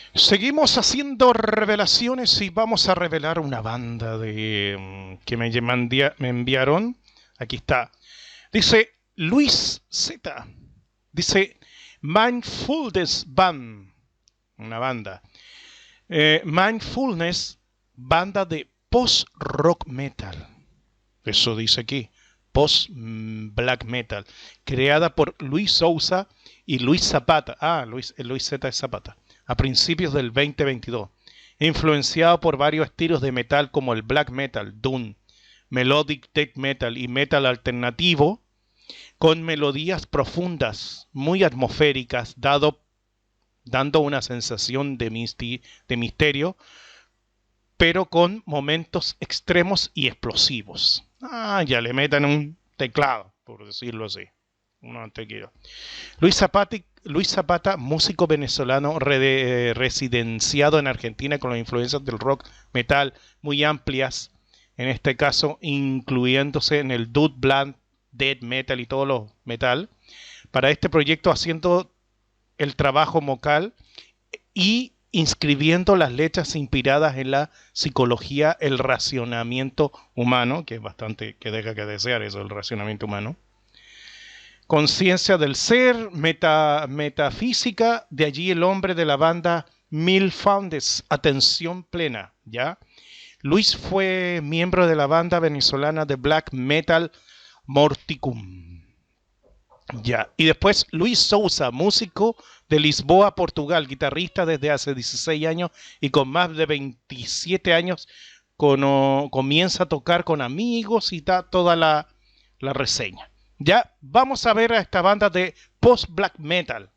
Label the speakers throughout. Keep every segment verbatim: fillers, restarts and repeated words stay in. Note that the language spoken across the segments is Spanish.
Speaker 1: Seguimos haciendo revelaciones y vamos a revelar una banda de mm, que me, mandia- me enviaron. Aquí está. Dice Luis Z. Dice Mindfulness Band, una banda. Eh, Mindfulness, banda de post-rock metal. Eso dice aquí. Post-black metal. Creada por Luis Sousa y Luis Zapata. Ah, Luis, Luis Z de Zapata. A principios del veinte veintidós. Influenciado por varios estilos de metal como el black metal, doom, melodic death metal y metal alternativo, con melodías profundas, muy atmosféricas, dado, dando una sensación de, misti, de misterio, pero con momentos extremos y explosivos. Ah, ya le metan un teclado, por decirlo así. Un tequila. Luis Zapata, Luis Zapata, músico venezolano re, residenciado en Argentina con las influencias del rock metal muy amplias, en este caso incluyéndose en el Dude Blunt, Death Metal y todos los metal, para este proyecto haciendo el trabajo vocal y inscribiendo las letras inspiradas en la psicología, el racionamiento humano, que es bastante, que deja que desear eso, el racionamiento humano, conciencia del ser, meta, metafísica, de allí el hombre de la banda Milfounders, atención plena, ¿ya? Luis fue miembro de la banda venezolana de black metal Morticum. Ya. Y después Luis Sousa, músico de Lisboa, Portugal, guitarrista desde hace dieciséis años y con más de veintisiete años con, oh, comienza a tocar con amigos y da toda la, la reseña. Ya vamos a ver a esta banda de post-black metal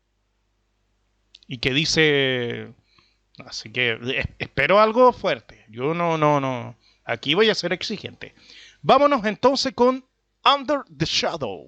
Speaker 1: y que dice, así que eh, espero algo fuerte. Yo no, no, no. Aquí voy a ser exigente. Vámonos entonces con Under the Shadow.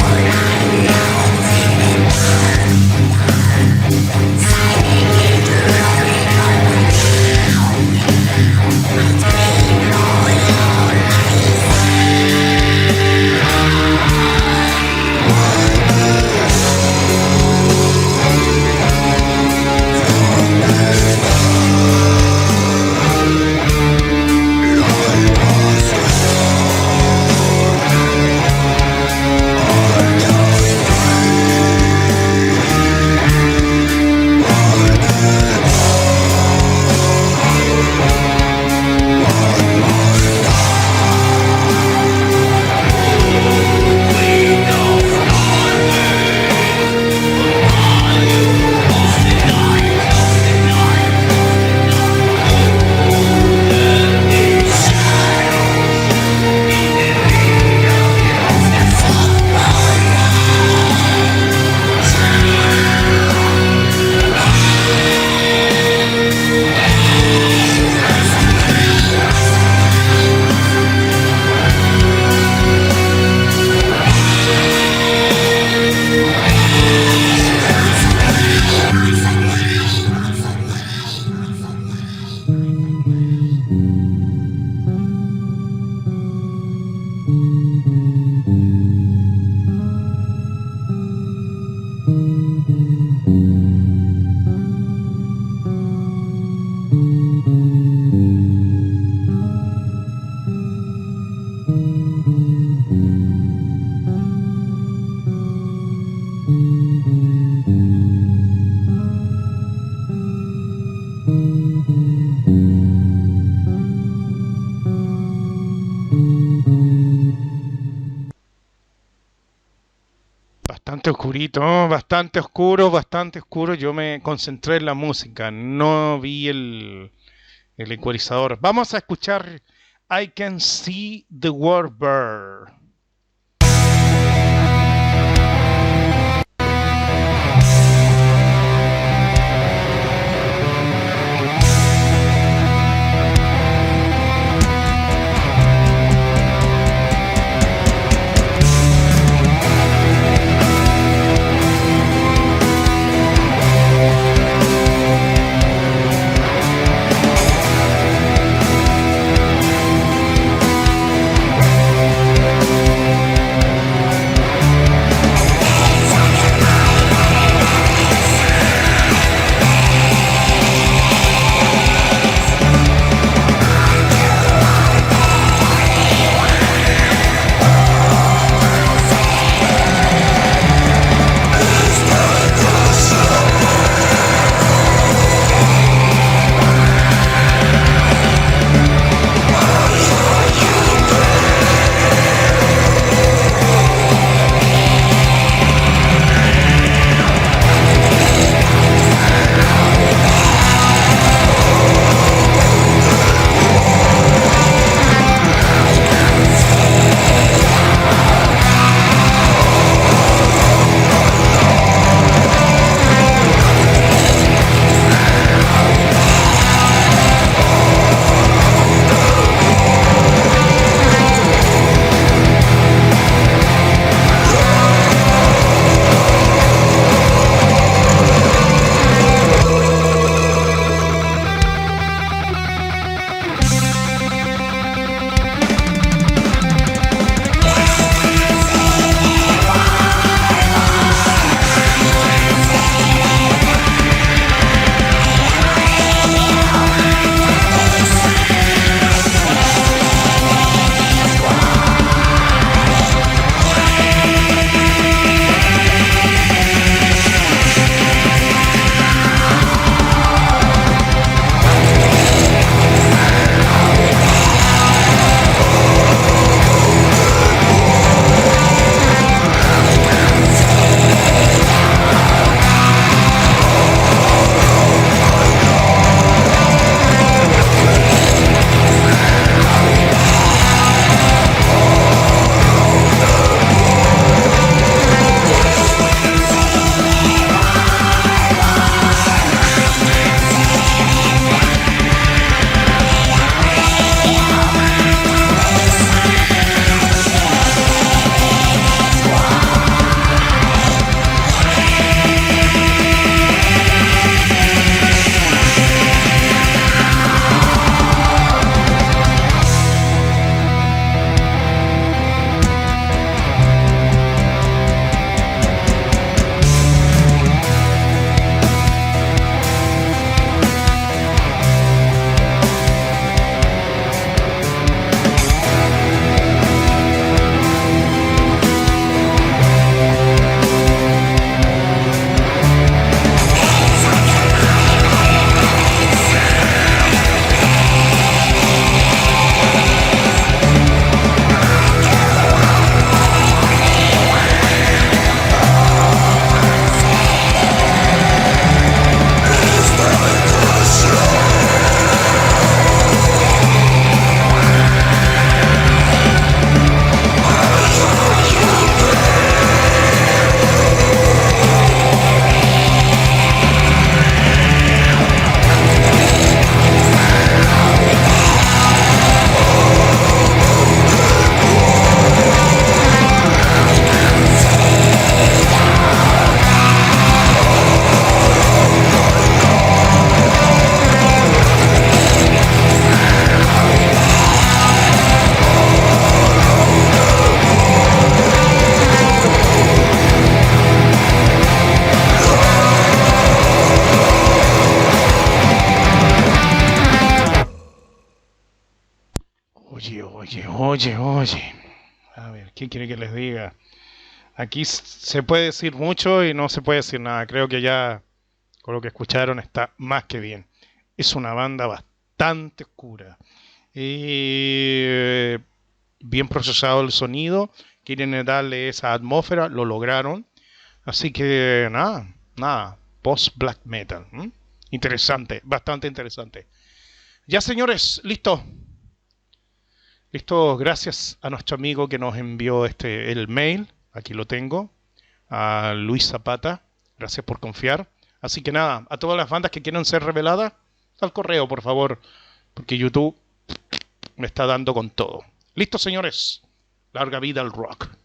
Speaker 1: Bastante oscurito, ¿no? Bastante oscuro, bastante oscuro. Yo me concentré en la música, no vi el, el ecualizador. Vamos a escuchar I Can See the World Burn. Oye, oye. A ver, ¿qué quiere que les diga? Aquí s- se puede decir mucho y no se puede decir nada. Creo que ya con lo que escucharon está más que bien. Es una banda bastante oscura. Eh, bien procesado el sonido. Quieren darle esa atmósfera, lo lograron. Así que nada, nada. Post black metal. ¿M? Interesante, bastante interesante. Ya señores, listo. Listo, gracias a nuestro amigo que nos envió este el mail. Aquí lo tengo. A Luis Zapata. Gracias por confiar. Así que nada, a todas las bandas que quieran ser reveladas, al correo, por favor. Porque YouTube me está dando con todo. Listo, señores. Larga vida al rock.